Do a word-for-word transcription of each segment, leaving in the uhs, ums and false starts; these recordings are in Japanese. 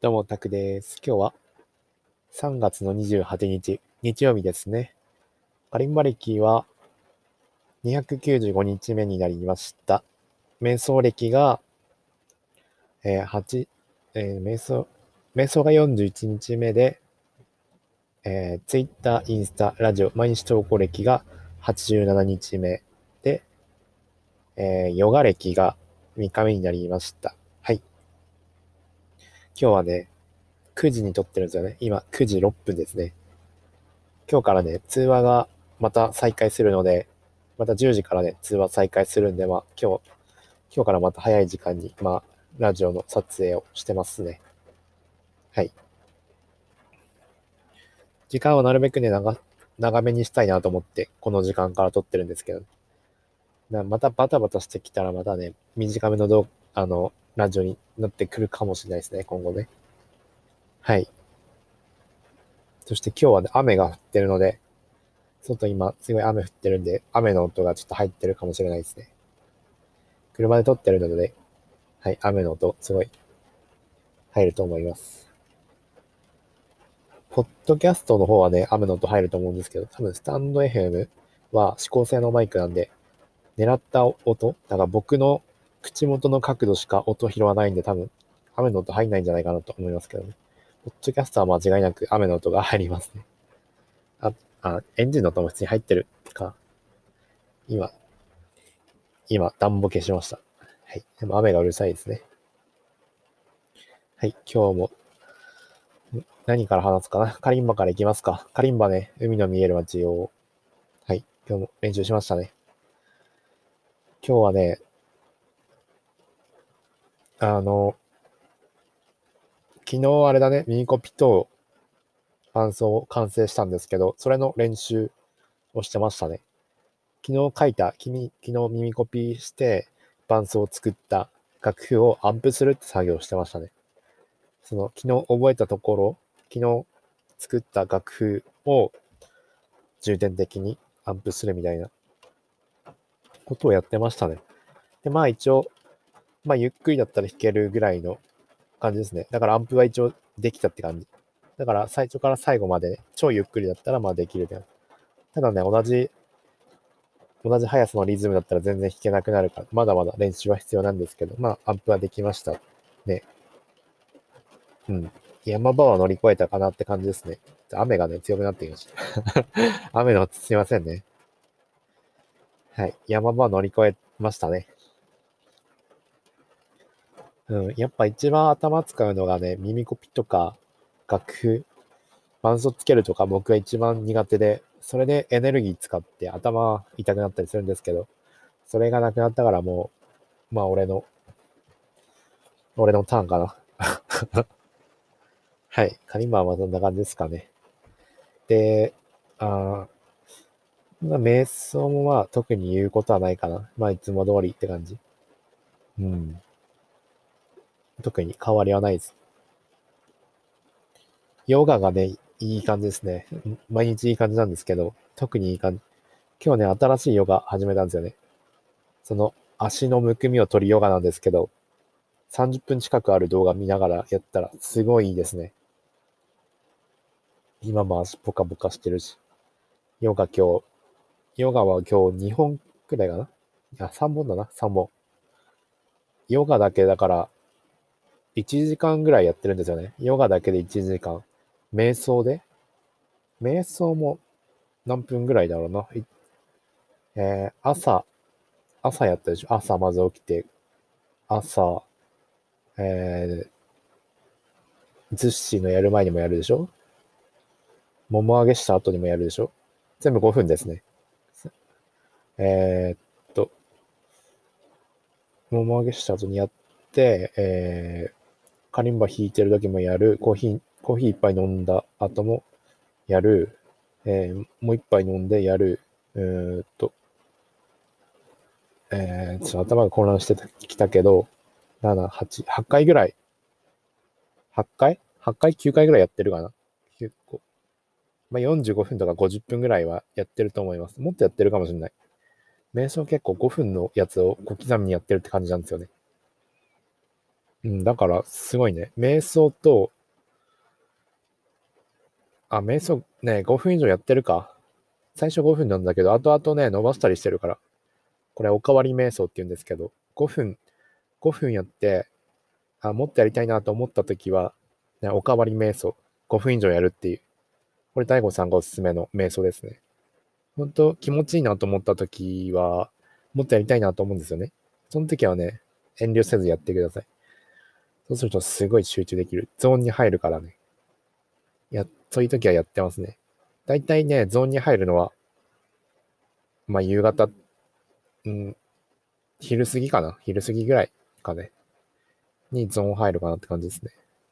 どうも、タクです。今日はさんがつのにじゅうはちにち、日曜日ですね。カリンバ歴はにひゃくきゅうじゅうごにちめになりました。瞑想歴が、えー、はち、えー、瞑想、瞑想がよんじゅういちにちめで、えー、Twitter、インスタ、ラジオ、毎日投稿歴がはちじゅうしちにちめで、えー、ヨガ歴がみっかめになりました。はい。今日はね、くじに撮ってるんですよね。今、くじろっぷんですね。今日からね、通話がまた再開するので、またじゅうじからね、通話再開するんで、まあ、今日、今日からまた早い時間に、まあ、ラジオの撮影をしてますね。はい。時間はなるべくね、長、長めにしたいなと思って、この時間から撮ってるんですけど、なまたバタバタしてきたらまたね、短めの動あの、ラジオになってくるかもしれないですね、今後ね。はい。そして今日はね、雨が降ってるので、外今すごい雨降ってるんで、雨の音がちょっと入ってるかもしれないですね。車で撮ってるので、はい、雨の音、すごい入ると思います。ポッドキャストの方はね、雨の音入ると思うんですけど、多分スタンド エフエム は指向性のマイクなんで、狙った音、だから僕の口元の角度しか音拾わないんで、多分雨の音入んないんじゃないかなと思いますけどね。ポッドキャストは間違いなく雨の音が入りますね。あ、あ、エンジンの音も普通に入ってるか。今、今、暖房消しました。はい。でも雨がうるさいですね。はい。今日も何から話すかな。カリンバから行きますか。カリンバね、海の見える街を、はい、今日も練習しましたね。今日はね、あの、昨日あれだね、ミニコピと伴奏を完成したんですけど、それの練習をしてましたね。昨日書いた、君、昨日耳コピして伴奏を作った楽譜をアンプするって作業をしてましたね。その、昨日覚えたところ、昨日作った楽譜を重点的にアンプするみたいなことをやってましたね。で、まあ一応、まあゆっくりだったら弾けるぐらいの感じですね。だからアンプは一応できたって感じ。だから最初から最後まで超ゆっくりだったらまあできるけど。ただね、同じ、同じ速さのリズムだったら全然弾けなくなるから、まだまだ練習は必要なんですけど、まあアンプはできましたね。うん。山場は乗り越えたかなって感じですね。雨がね、強くなってきました。雨の、すいませんね。はい。山場は乗り越えましたね。うん。やっぱ一番頭使うのがね、耳コピとか楽譜、伴奏つけるとか僕が一番苦手で、それでエネルギー使って頭痛くなったりするんですけど、それがなくなったからもう、まあ俺の、俺のターンかな。はい。カリンバはそんな感じですかね。で、あーまあ、瞑想もまあ特に言うことはないかな。まあいつも通りって感じ。うん。特に変わりはないです。ヨガがね、いい感じですね。毎日いい感じなんですけど、特にいい感じ。今日ね、新しいヨガ始めたんですよね。その足のむくみを取るヨガなんですけど、さんじゅっぷん近くある動画見ながらやったらすごいいいですね。今も足ポカポカしてるし。ヨガ今日、ヨガは今日にほんくらいかな。あ、さんぼんだな、さんぼん。ヨガだけだからいちじかんぐらいやってるんですよね。ヨガだけでいちじかん。瞑想で瞑想も何分ぐらいだろうな。えー、朝、朝やったでしょ。朝まず起きて、朝、えー、ズッシーのやる前にもやるでしょ。もも上げした後にもやるでしょ。全部ごふんですね。えー、っと、もも上げした後にやって、えー、カリンバ弾いてる時もやる。コーヒー、コーヒー一杯飲んだ後もやる。えー、もう一杯飲んでやる。えーっと、えー、ちょっと頭が混乱してきたけど、なな、はち、はちかいぐらい、はちかい ?はち 回 ?きゅう 回ぐらいやってるかな。結構。まあ、よんじゅうごふんとかごじゅっぷんぐらいはやってると思います。もっとやってるかもしれない。瞑想結構ごふんのやつを小刻みにやってるって感じなんですよね。 うん、だからすごいね。瞑想と、あ、瞑想ね、ごふん以上やってるか。最初ごふんなんだけど、後々ね、伸ばしたりしてるから。これおかわり瞑想って言うんですけど、ごふん、ごふんやって、あ、もっとやりたいなと思った時は、ね、おかわり瞑想、ごふん以上やるっていう。これ大悟さんがおすすめの瞑想ですね。本当気持ちいいなと思った時は、もっとやりたいなと思うんですよね。その時はね、遠慮せずやってください。そうするとすごい集中できる。ゾーンに入るからね。や、そういう時はやってますね。だいたいね、ゾーンに入るのは、まあ夕方、うん、昼過ぎかな。昼過ぎぐらいかね。にゾーン入るかなって感じですね。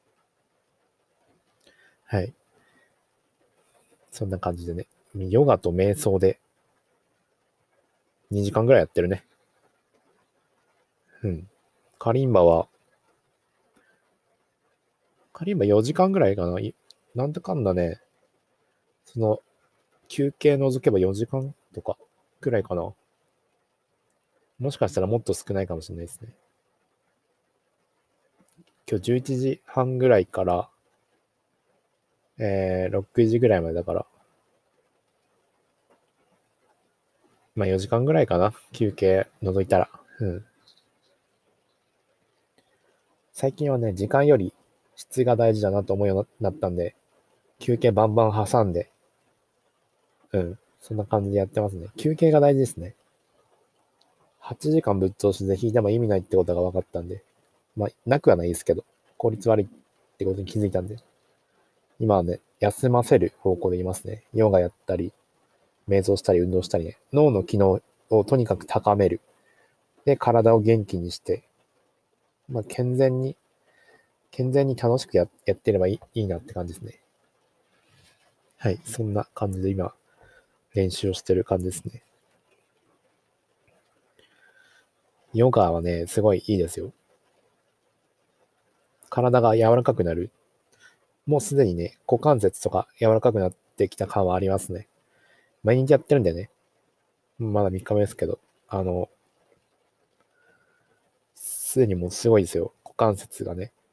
はい。そんな感じでね。ヨガと瞑想でにじかんぐらいやってるね。うん。カリンバは、カリンバよじかんぐらいかな。なんだかんだね、その、休憩除けばよじかんとかくらいかな。もしかしたらもっと少ないかもしれないですね。今日じゅういちじはんぐらいから、えー、ろくじぐらいまでだから、まあよじかんぐらいかな。休憩除いたら。うん。最近はね、時間より質が大事だなと思うようになったんで、休憩バンバン挟んで、うん。そんな感じでやってますね。休憩が大事ですね。はちじかんぶっ通しで弾いても意味ないってことが分かったんで、まあ、なくはないですけど、効率悪いってことに気づいたんで、今はね、休ませる方向でいますね。ヨガやったり、瞑想したり、運動したりね、脳の機能をとにかく高める。で、体を元気にして、まあ、健全に、健全に楽しくややってればいいいいなって感じですね。はい、そんな感じで今、練習をしてる感じですね。ヨガはね、すごいいいですよ。体が柔らかくなる。もうすでにね、股関節とか柔らかくなってきた感はありますね。毎日やってるんでね、まだみっかめですけど、あの、すでにもうすごいですよ。股関節がね。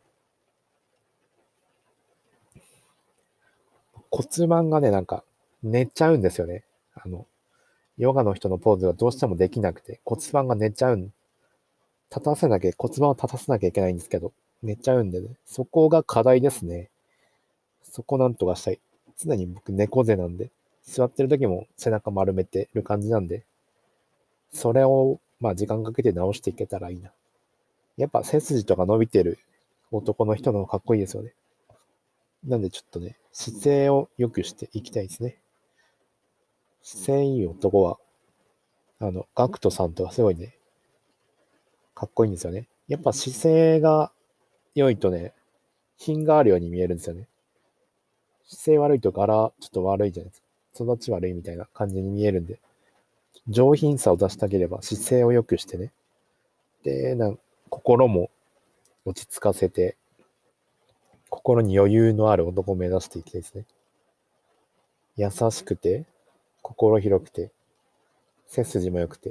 骨盤がね、なんか、寝ちゃうんですよね。あの、ヨガの人のポーズがどうしてもできなくて、骨盤が寝ちゃうん。立たせなきゃ、骨盤を立たせなきゃいけないんですけど、寝ちゃうんでね。そこが課題ですね。そこなんとかしたい。常に僕猫背なんで、座ってる時も背中丸めてる感じなんで、それを、まあ時間かけて直していけたらいいな。やっぱ背筋とか伸びてる男の人の方がかっこいいですよね。なんでちょっとね、姿勢を良くしていきたいですね。姿勢いい男は、あの、ガクトさんとかすごいね、かっこいいんですよね。やっぱ姿勢が良いとね、品があるように見えるんですよね。姿勢悪いと柄ちょっと悪いじゃないですか。育ち悪いみたいな感じに見えるんで、上品さを出したければ姿勢を良くしてね。で、なん心も落ち着かせて、心に余裕のある男を目指していきたいですね。優しくて、心広くて、背筋も良くて。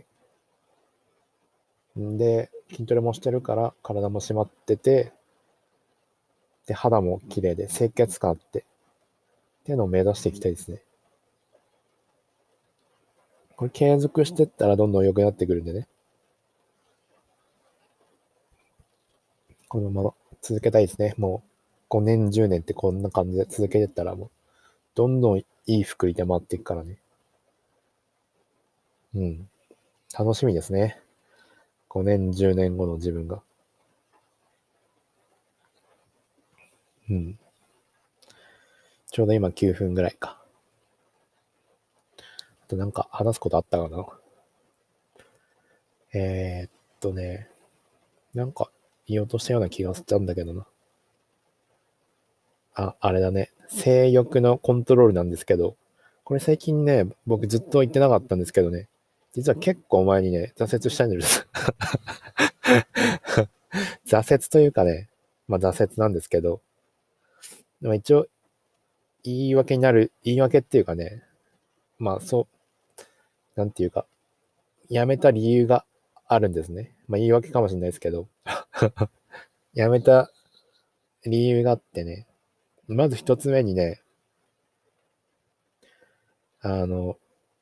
んで、筋トレもしてるから体も締まってて、で、肌も綺麗で清潔感あって、っていうのを目指していきたいですね。これ継続してったらどんどん良くなってくるんでね。このまま続けたいですね。もうごねん、じゅうねんってこんな感じで続けてったらもう、どんどんいい福利で回っていくからね。うん。楽しみですね。ごねん、じゅうねんごの自分が。うん。ちょうど今きゅうふんぐらいか。あとなんか話すことあったかな。えー、っとね、なんか言おうとしたような気がしたんだけどな。あ、あれだね。性欲のコントロールなんですけど、これ最近ね、僕ずっと言ってなかったんですけどね、実は結構前にね、挫折したんです。挫折というかね、まあ挫折なんですけど、でも一応言い訳になる、言い訳っていうかね、まあそう、なんていうか、やめた理由があるんですね。まあ言い訳かもしれないですけど、 やめた理由があってね、まず一つ目にね、あの、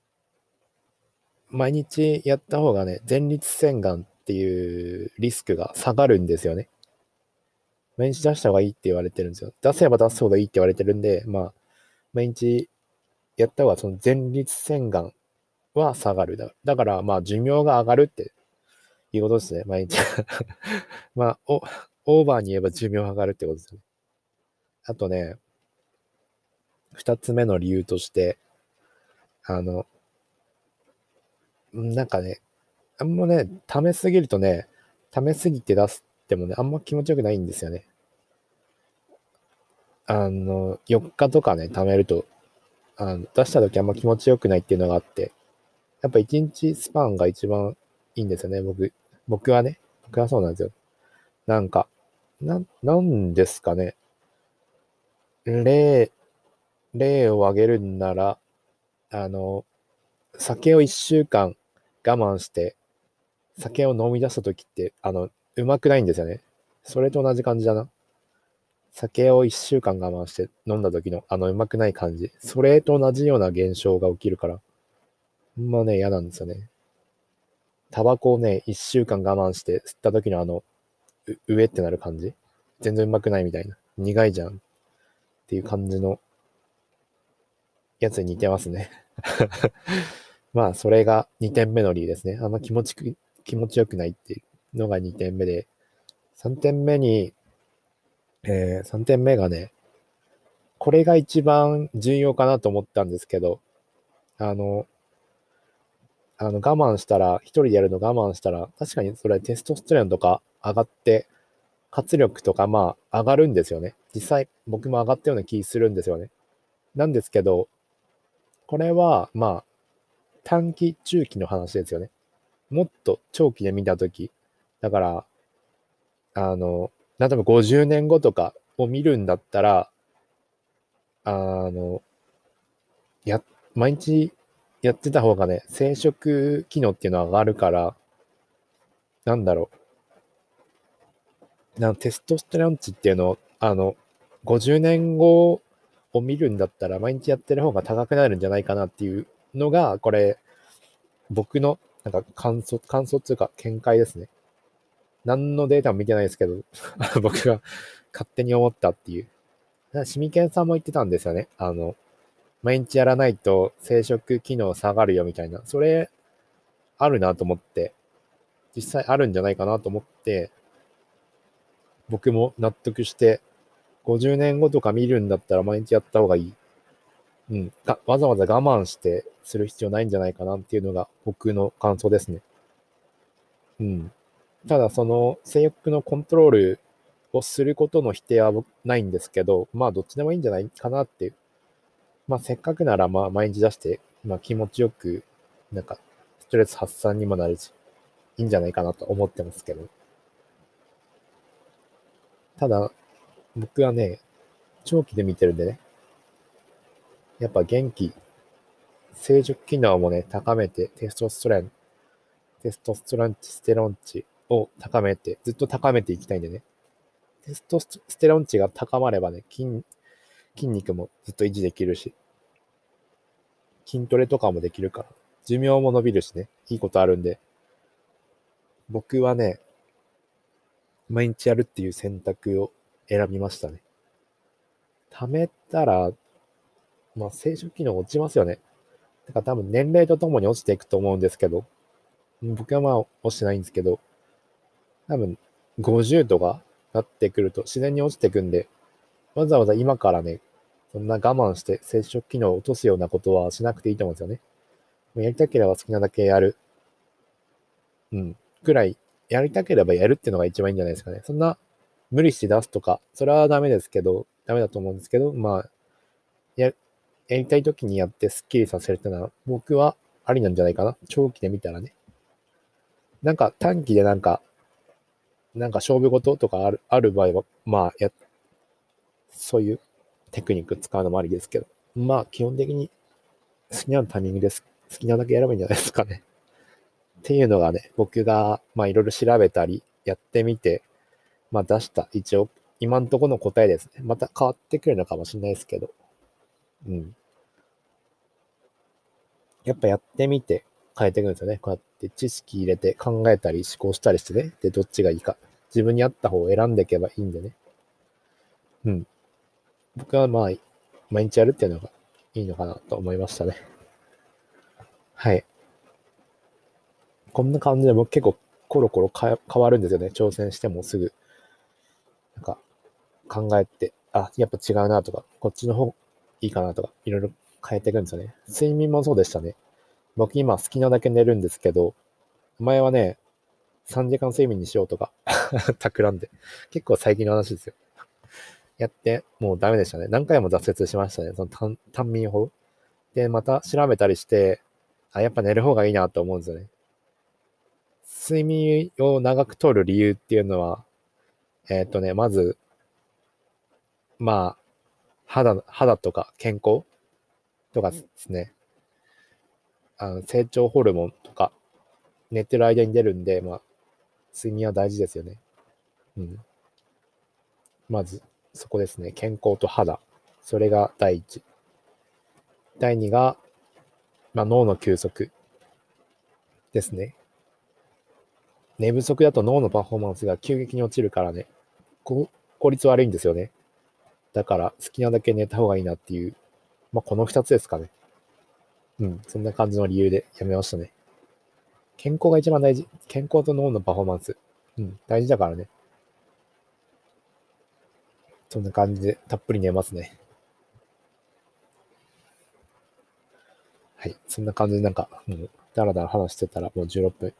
毎日やった方がね、前立腺がんっていうリスクが下がるんですよね。毎日出した方がいいって言われてるんですよ。出せば出すほどいいって言われてるんで、まあ、毎日やった方がその前立腺がんは下がる。だだから、まあ、寿命が上がるっていうことですね、毎日。まあ、お、オーバーに言えば寿命上がるってことですよね。あとね、二つ目の理由として、あの、なんかね、あんまね、溜めすぎるとね、溜めすぎて出すってもね、あんま気持ちよくないんですよね。あの、よっかとかね、溜めると、あの出した時あんま気持ちよくないっていうのがあって、やっぱいちにちスパンが一番いいんですよね、僕。僕はね。僕はそうなんですよ。なんか、な、なんですかね。例、例を挙げるんなら、あの、酒をいっしゅうかん我慢して、酒を飲み出した時って、あの、うまくないんですよね。それと同じ感じだな。酒をいっしゅうかん我慢して飲んだ時の、あの、うまくない感じ。それと同じような現象が起きるから、ほんまね、嫌なんですよね。タバコをね、いっしゅうかん我慢して吸った時のあの、う上ってなる感じ。全然うまくないみたいな。苦いじゃんっていう感じのやつに似てますね。まあ、それがにてんめの理由ですね。あんま気持ちく、気持ちよくないっていうのがにてんめで、さんてんめに、えー、さんてんめがね、これが一番重要かなと思ったんですけど、あの、あの我慢したら、一人でやるの我慢したら、確かにそれテストステロンとか上がって、活力とかまあ上がるんですよね。実際僕も上がったような気するんですよね。なんですけど、これはまあ短期中期の話ですよね。もっと長期で見たとき、だから、あの、例えばごじゅうねんごとかを見るんだったら、あの、や、毎日やってた方がね、生殖機能っていうのは上がるから、なんだろう、なんテストステロン値っていうのを、あの、ごじゅうねんごを見るんだったら、毎日やってる方が高くなるんじゃないかなっていうのが、これ、僕の、なんか感想、感想っていうか見解ですね。何のデータも見てないですけど、僕が勝手に思ったっていう。シミケンさんも言ってたんですよね。あの、毎日やらないと生殖機能下がるよみたいな。それ、あるなと思って、実際あるんじゃないかなと思って、僕も納得して、ごじゅうねんごとか見るんだったら毎日やった方がいい。うん。がわざわざ我慢してする必要ないんじゃないかなっていうのが僕の感想ですね。うん。ただ、その性欲のコントロールをすることの否定はないんですけど、まあ、どっちでもいいんじゃないかなっていう。まあ、せっかくなら、まあ、毎日出して、まあ、気持ちよく、なんか、ストレス発散にもなるし、いいんじゃないかなと思ってますけど。ただ、僕はね、長期で見てるんでね、やっぱ元気、生殖機能もね、高めて、テストステロン、テストステロン値、ステロン値を高めて、ずっと高めていきたいんでね。テストステロン値が高まればね、筋、筋肉もずっと維持できるし、筋トレとかもできるから、寿命も伸びるしね、いいことあるんで、僕はね、毎日やるっていう選択を選びましたね。貯めたら、まあ、生殖機能落ちますよね。だから多分年齢とともに落ちていくと思うんですけど、僕はまあ落ちてないんですけど、多分ごじゅうとかなってくると自然に落ちていくんで、わざわざ今からね、そんな我慢して生殖機能を落とすようなことはしなくていいと思うんですよね。やりたければ好きなだけやる。うん。くらい、やりたければやるっていうのが一番いいんじゃないですかね。そんな無理して出すとか、それはダメですけど、ダメだと思うんですけど、まあ、や、やりたい時にやってスッキリさせるってのは、僕はありなんじゃないかな。長期で見たらね。なんか短期でなんか、なんか勝負事とかある、ある場合は、まあ、や、そういうテクニック使うのもありですけど、まあ、基本的に好きなタイミングです。好きなだけやればいいんじゃないですかね。っていうのがね、僕が、まあ、いろいろ調べたり、やってみて、 まあ出した一応今のところの答えですね。また変わってくるのかもしれないですけど。うん。やっぱやってみて変えていくんですよね。こうやって知識入れて考えたり思考したりしてね。で、どっちがいいか。自分に合った方を選んでいけばいいんでね。うん。僕はまあ、毎日やるっていうのがいいのかなと思いましたね。はい。こんな感じで僕結構コロコロ変わるんですよね。挑戦してもすぐ。なんか考えて、あ、やっぱ違うなとか、こっちの方いいかなとか、いろいろ変えていくんですよね。睡眠もそうでしたね。僕今好きなだけ寝るんですけど、前はね、さんじかん睡眠にしようとか、企んで。結構最近の話ですよ。やって、もうダメでしたね。何回も挫折しましたね。その単単眠法。で、また調べたりして、あ、やっぱ寝る方がいいなと思うんですよね。睡眠を長くとる理由っていうのは、えーっとね、まず、まあ、肌、肌とか健康とかですね、あの成長ホルモンとか、寝てる間に出るんで、まあ、睡眠は大事ですよね。うん。まず、そこですね。健康と肌。それが第一。第二が、まあ、脳の休息ですね。寝不足だと脳のパフォーマンスが急激に落ちるからね、こ効率悪いんですよね。だから好きなだけ寝た方がいいなっていう、まあこの二つですかね。うん、そんな感じの理由でやめましたね。健康が一番大事。健康と脳のパフォーマンス。うん、大事だからね。そんな感じでたっぷり寝ますね。はい、そんな感じでなんか、もう、だらだら話してたらもうじゅうろっぷん。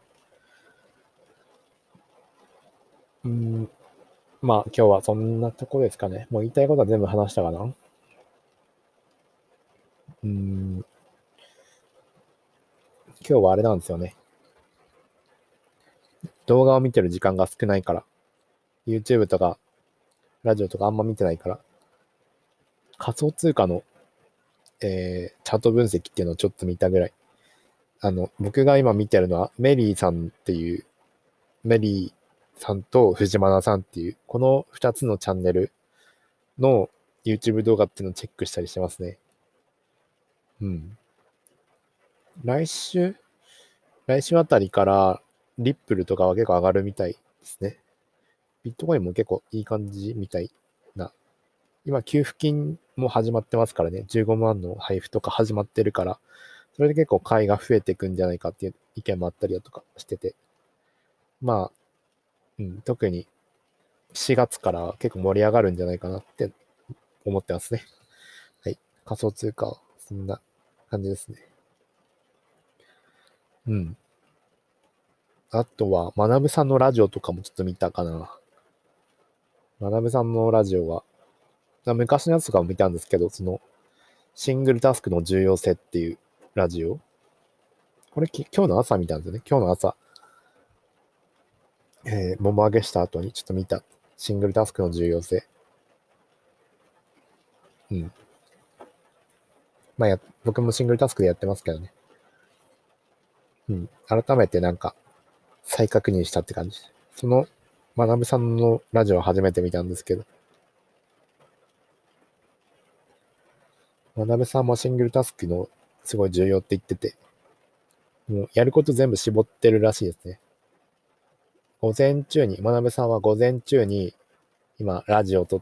うーん、まあ今日はそんなところですかね。もう言いたいことは全部話したかな。うーん、今日はあれなんですよね。動画を見てる時間が少ないから、YouTube とかラジオとかあんま見てないから、仮想通貨の、えー、チャート分析っていうのをちょっと見たぐらい。あの、僕が今見てるのは、メリーさんっていう、メリーさんと藤間さんっていう、この二つのチャンネルの YouTube 動画っていうのをチェックしたりしてますね。うん。来週、来週あたりから、リップルとかは結構上がるみたいですね。ビットコインも結構いい感じみたいな。今、給付金も始まってますからね。じゅうごまんの配布とか始まってるから、それで結構買いが増えていくんじゃないかっていう意見もあったりだとかしてて。まあ、うん、特にしがつから結構盛り上がるんじゃないかなって思ってますね。はい。仮想通貨はそんな感じですね。うん。あとは、学さんのラジオとかもちょっと見たかな。学さんのラジオは、昔のやつとかも見たんですけど、その、シングルタスクの重要性っていうラジオ。これき今日の朝見たんですよね。今日の朝、えー、もも上げした後にちょっと見た。シングルタスクの重要性。うん。まあや、僕もシングルタスクでやってますけどね。うん。改めてなんか、再確認したって感じ。その、学さんのラジオを初めて見たんですけど、学さんもシングルタスクのすごい重要って言ってて、もうやること全部絞ってるらしいですね。午前中に、学さんは午前中に今ラジオを撮って、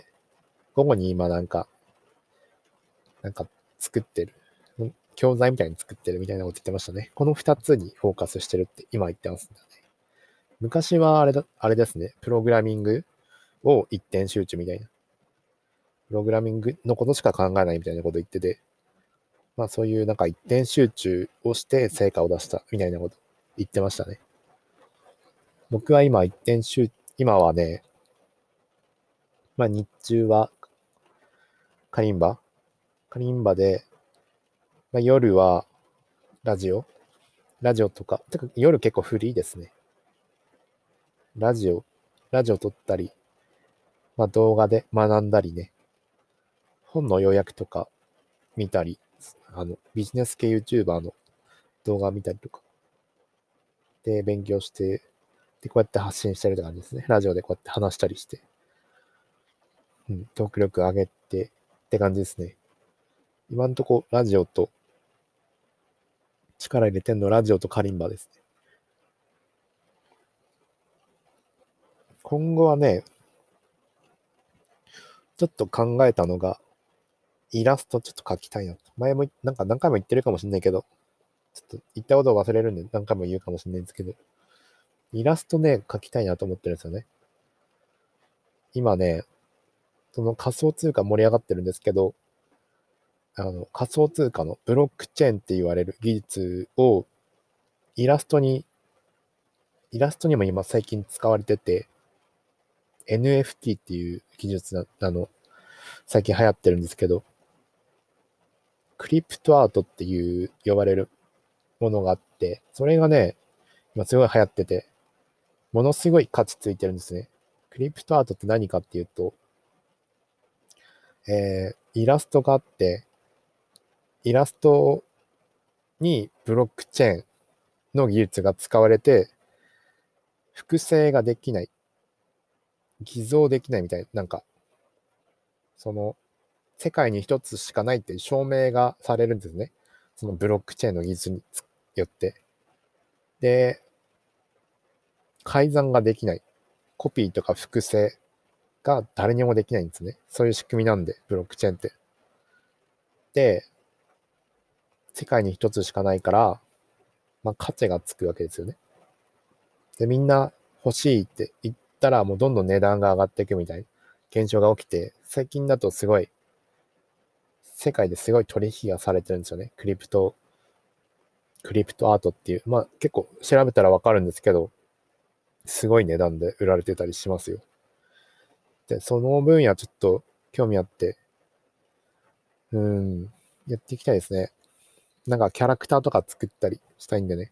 午後に今なんか、なんか作ってる。教材みたいに作ってるみたいなこと言ってましたね。この二つにフォーカスしてるって今言ってますんだね。昔はあれだ、あれですね。プログラミングを一点集中みたいな。プログラミングのことしか考えないみたいなこと言ってて、まあそういうなんか一点集中をして成果を出したみたいなこと言ってましたね。僕は今一点集、今はね、まあ日中はカリンバカリンバで、まあ、夜はラジオラジオとか、てか夜結構フリーですね。ラジオ、ラジオ撮ったり、まあ動画で学んだりね、本の要約とか見たり、あの、ビジネス系 YouTuber の動画見たりとか、で勉強してで、こうやって発信してるって感じですね。ラジオでこうやって話したりして。うん、トーク力上げてって感じですね。今んとこラジオと、力入れてんのラジオとカリンバですね。今後はね、ちょっと考えたのが、イラストちょっと描きたいなと。前もなんか何回も言ってるかもしれないけど、ちょっと言ったことを忘れるんで何回も言うかもしれないんですけど、イラストね、描きたいなと思ってるんですよね。今ね、その仮想通貨盛り上がってるんですけど、あの仮想通貨のブロックチェーンって言われる技術をイラストに、イラストにも今最近使われてて、エヌエフティー っていう技術な、あの、最近流行ってるんですけど、クリプトアートっていう呼ばれるものがあって、それがね、今すごい流行ってて、ものすごい価値ついてるんですね。クリプトアートって何かっていうと、えー、イラストがあって、イラストにブロックチェーンの技術が使われて、複製ができない、偽造できないみたいな、なんか、その、世界に一つしかないっていう証明がされるんですね。そのブロックチェーンの技術によって。で、改ざんができない。コピーとか複製が誰にもできないんですね。そういう仕組みなんで、ブロックチェーンって。で、世界に一つしかないから、まあ、価値がつくわけですよね。で、みんな欲しいって言ったら、もうどんどん値段が上がっていくみたいな現象が起きて、最近だとすごい、世界ですごい取引がされてるんですよね。クリプト、クリプトアートっていう。まあ結構調べたらわかるんですけど、すごい値段で売られてたりしますよ。で、その分野ちょっと興味あって、うん、やっていきたいですね。なんかキャラクターとか作ったりしたいんでね。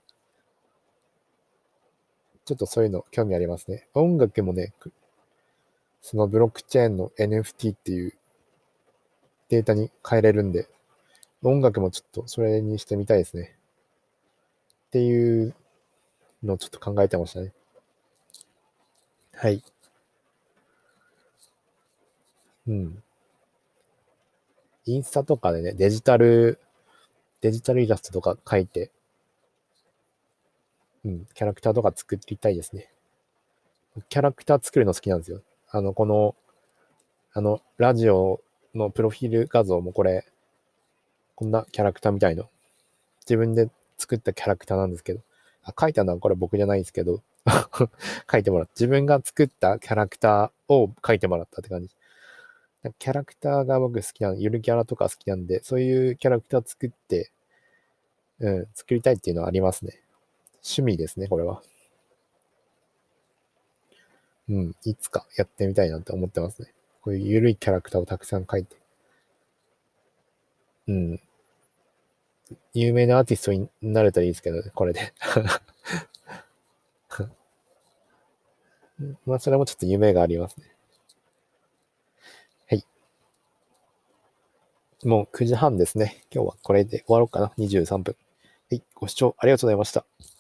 ちょっとそういうの興味ありますね。音楽もね、そのブロックチェーンの エヌエフティー っていうデータに変えれるんで、音楽もちょっとそれにしてみたいですね。っていうのをちょっと考えてましたね。はい。うん。インスタとかでね、デジタル、デジタルイラストとか描いて、うん、キャラクターとか作りたいですね。キャラクター作るの好きなんですよ。あの、この、あの、ラジオのプロフィール画像もこれ、こんなキャラクターみたいの。自分で作ったキャラクターなんですけど、あ、書いたのはこれ僕じゃないんですけど、書いてもらった。自分が作ったキャラクターを書いてもらったって感じ。キャラクターが僕好きなの、ゆるキャラとか好きなんで、そういうキャラクター作って、うん、作りたいっていうのはありますね。趣味ですね、これは。うん、いつかやってみたいなって思ってますね。こういうゆるいキャラクターをたくさん描いて。うん。有名なアーティストになれたらいいですけどね、これで。まあ、それもちょっと夢がありますね。はい。もうくじはんですね。今日はこれで終わろうかな。にじゅうさんぷん。はい。ご視聴ありがとうございました。